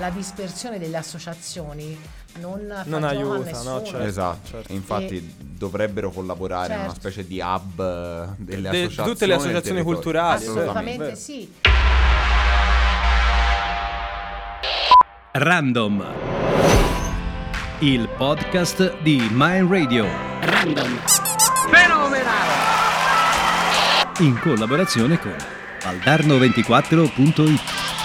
la dispersione delle associazioni non Non fa aiuta, gioco a nessuno. no? Certo. Esatto, infatti dovrebbero collaborare in una Certo. specie di hub delle associazioni. Tutte le associazioni del territorio. culturali. Assolutamente vero. sì. Random, il podcast di Mind Radio. Random. Fenomenale! In collaborazione con valdarno24.it.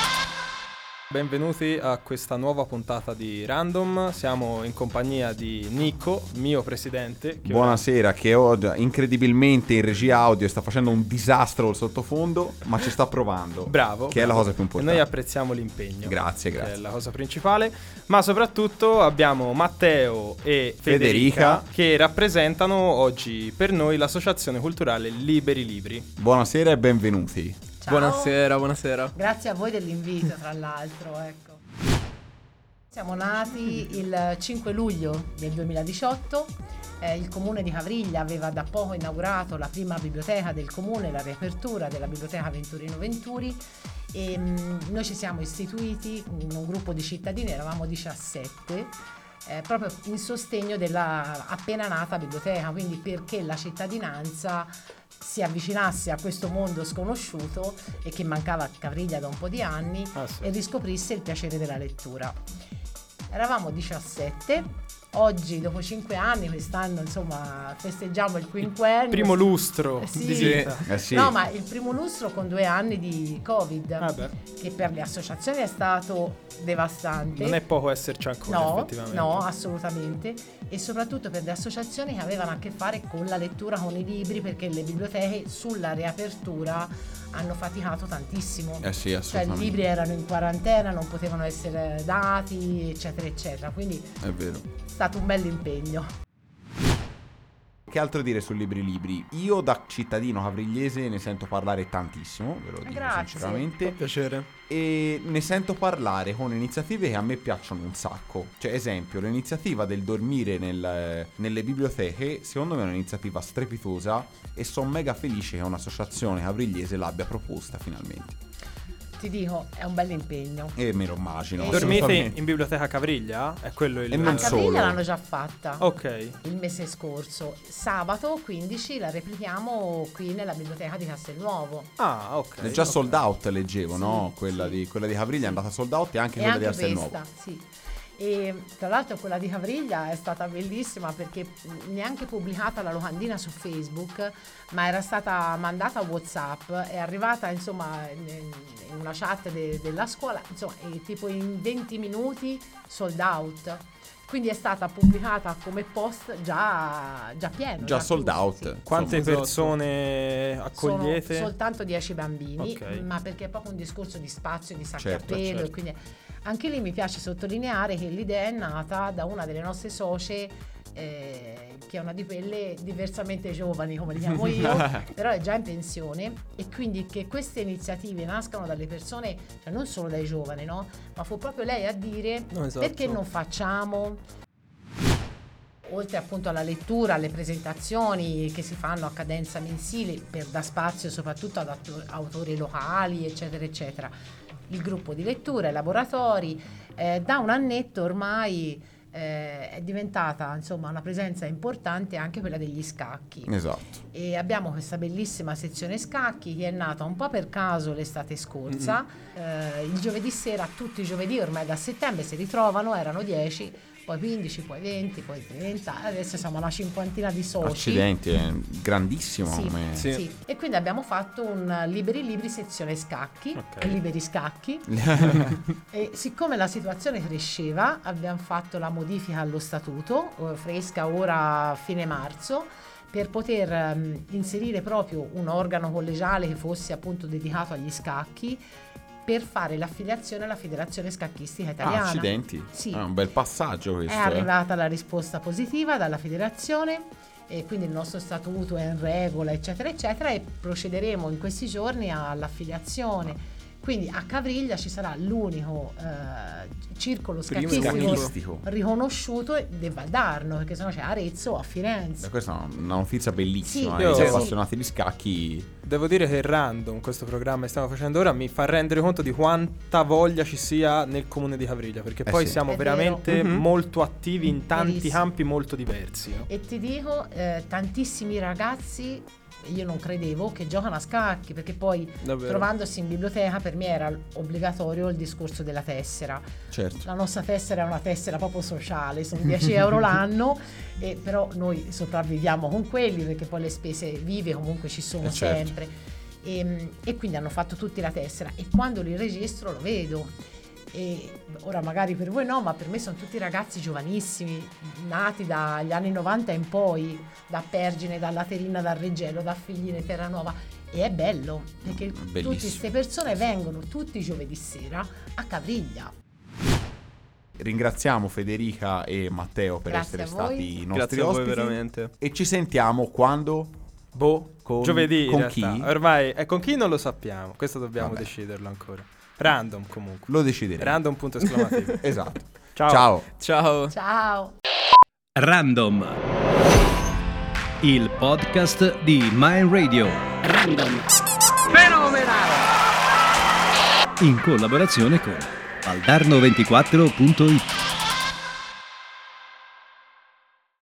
Benvenuti a questa nuova puntata di Random. Siamo in compagnia di Nico, mio presidente. Che Buonasera, che oggi incredibilmente in regia audio sta facendo un disastro al sottofondo, ma ci sta provando. Bravo. Che è la cosa più E importante. noi apprezziamo l'impegno. Grazie. Che è la cosa principale. Ma soprattutto abbiamo Matteo e Federica, che rappresentano oggi per noi l'associazione culturale Liberi Libri. Buonasera e benvenuti. Ciao. Buonasera. Grazie a voi dell'invito, tra l'altro, ecco. Siamo nati il 5 luglio del 2018. Il comune di Cavriglia aveva da poco inaugurato la prima biblioteca del comune, la riapertura della biblioteca Venturino Venturi, e noi ci siamo istituiti in un gruppo di cittadini, eravamo 17, proprio in sostegno della appena nata biblioteca, quindi perché la cittadinanza si avvicinasse a questo mondo sconosciuto e che mancava a Cavriglia da un po' di anni e riscoprisse il piacere della lettura. Eravamo 17, oggi dopo 5 anni, quest'anno insomma festeggiamo il quinquennio. Primo lustro Sì. di vita. Sì. No, ma il primo lustro con 2 anni di Covid, che per le associazioni è stato devastante. Non è poco esserci ancora, No, effettivamente. no, assolutamente. E soprattutto per le associazioni che avevano a che fare con la lettura, con i libri, perché le biblioteche sulla riapertura hanno faticato tantissimo. Sì, Cioè i assolutamente. libri erano in quarantena, non potevano essere dati, eccetera, eccetera. Quindi È vero. è stato un bel impegno. Che altro dire su Libri? Io da cittadino cavrigliese ne sento parlare tantissimo, ve lo dico Grazie. sinceramente. Piacere. E ne sento parlare con iniziative che a me piacciono un sacco. Cioè, esempio, l'iniziativa del dormire nelle biblioteche, secondo me è un'iniziativa strepitosa e sono mega felice che un'associazione cavrigliese l'abbia proposta finalmente. Ti dico, è un bel impegno. E me lo immagino. Dormite assolutamente. in biblioteca Cavriglia? È quello il... E non A Cavriglia solo. l'hanno già fatta. Ok. Il mese scorso, sabato 15 la replichiamo qui nella biblioteca di Castelnuovo. Ah, ok. È già ok. sold out, leggevo, Sì, no? Quella di Cavriglia è andata sold out e anche E quella di anche Castelnuovo. questa, sì. E tra l'altro quella di Cavriglia è stata bellissima perché neanche pubblicata la locandina su Facebook, ma era stata mandata a WhatsApp, è arrivata insomma in una chat della scuola, insomma, e tipo in 20 minuti sold out. Quindi è stata pubblicata come post già pieno. Già sold chiuso, out. sì. Quante Insomma, persone accogliete? Sono soltanto 10 bambini, Ok. ma perché è proprio un discorso di spazio, di sacchi Certo, a pelo, certo. e quindi anche lì mi piace sottolineare che l'idea è nata da una delle nostre socie, che è una di quelle diversamente giovani, come le chiamo io, però è già in pensione, e quindi che queste iniziative nascano dalle persone, cioè non solo dai giovani, no? Ma fu proprio lei a dire No, esatto. perché non facciamo, oltre appunto alla lettura, alle presentazioni che si fanno a cadenza mensile per dar spazio soprattutto ad autori locali, eccetera, eccetera. Il gruppo di lettura, i laboratori, da un annetto ormai è diventata insomma una presenza importante anche quella degli scacchi. Esatto. E abbiamo questa bellissima sezione scacchi che è nata un po' per caso l'estate scorsa. Il giovedì sera, tutti i giovedì ormai da settembre si ritrovano, erano 10, poi 15, poi 20, poi 30, adesso siamo una cinquantina di soci. Accidenti, è grandissimo. Sì, come- Sì. sì. E quindi abbiamo fatto un libri sezione scacchi, Ok. liberi scacchi. E siccome la situazione cresceva, abbiamo fatto la modifica allo statuto, fresca ora a fine marzo, per poter inserire proprio un organo collegiale che fosse appunto dedicato agli scacchi, per fare l'affiliazione alla Federazione Scacchistica Italiana. Accidenti. Sì. È un bel passaggio questo. È arrivata la risposta positiva dalla federazione e quindi il nostro statuto è in regola, eccetera, eccetera, e procederemo in questi giorni all'affiliazione. Quindi a Cavriglia ci sarà l'unico circolo Primo scacchistico riconosciuto del Valdarno, perché sennò c'è Arezzo o a Firenze. Questa è una notizia bellissima. Sì, Siamo sì. appassionati di scacchi. Devo dire che Random, questo programma che stiamo facendo ora, mi fa rendere conto di quanta voglia ci sia nel comune di Cavriglia, perché poi sì. siamo È veramente vero. molto attivi in tanti Verissimo. campi molto diversi, no? E ti dico, tantissimi ragazzi, io non credevo, che giocano a scacchi, perché poi Davvero. trovandosi in biblioteca per me era obbligatorio il discorso della tessera. Certo. La nostra tessera è una tessera proprio sociale, sono 10 euro l'anno, però noi sopravviviamo con quelli, perché poi le spese vive comunque ci sono Certo. sempre. E quindi hanno fatto tutti la tessera, e quando li registro lo vedo. E ora magari per voi no, ma per me sono tutti ragazzi giovanissimi, nati dagli anni 90 in poi, da Pergine, da Laterina, da Reggello, da Figline, Terranova, e è bello perché Bellissimo. tutte queste persone vengono tutti i giovedì sera a Cavriglia. Ringraziamo Federica e Matteo per Grazie essere a voi. stati i nostri Grazie a voi ospiti. veramente. E ci sentiamo quando? Con- Giovedì con in realtà. chi? Ormai con chi non lo sappiamo, questo dobbiamo Vabbè. deciderlo ancora. Random comunque. Lo decideremo. Random punto esclamativo. Esatto. Ciao. Ciao. Ciao. Ciao! Random. Il podcast di Mind Radio. Random. Fenomenale! In collaborazione con Valdarno24.it.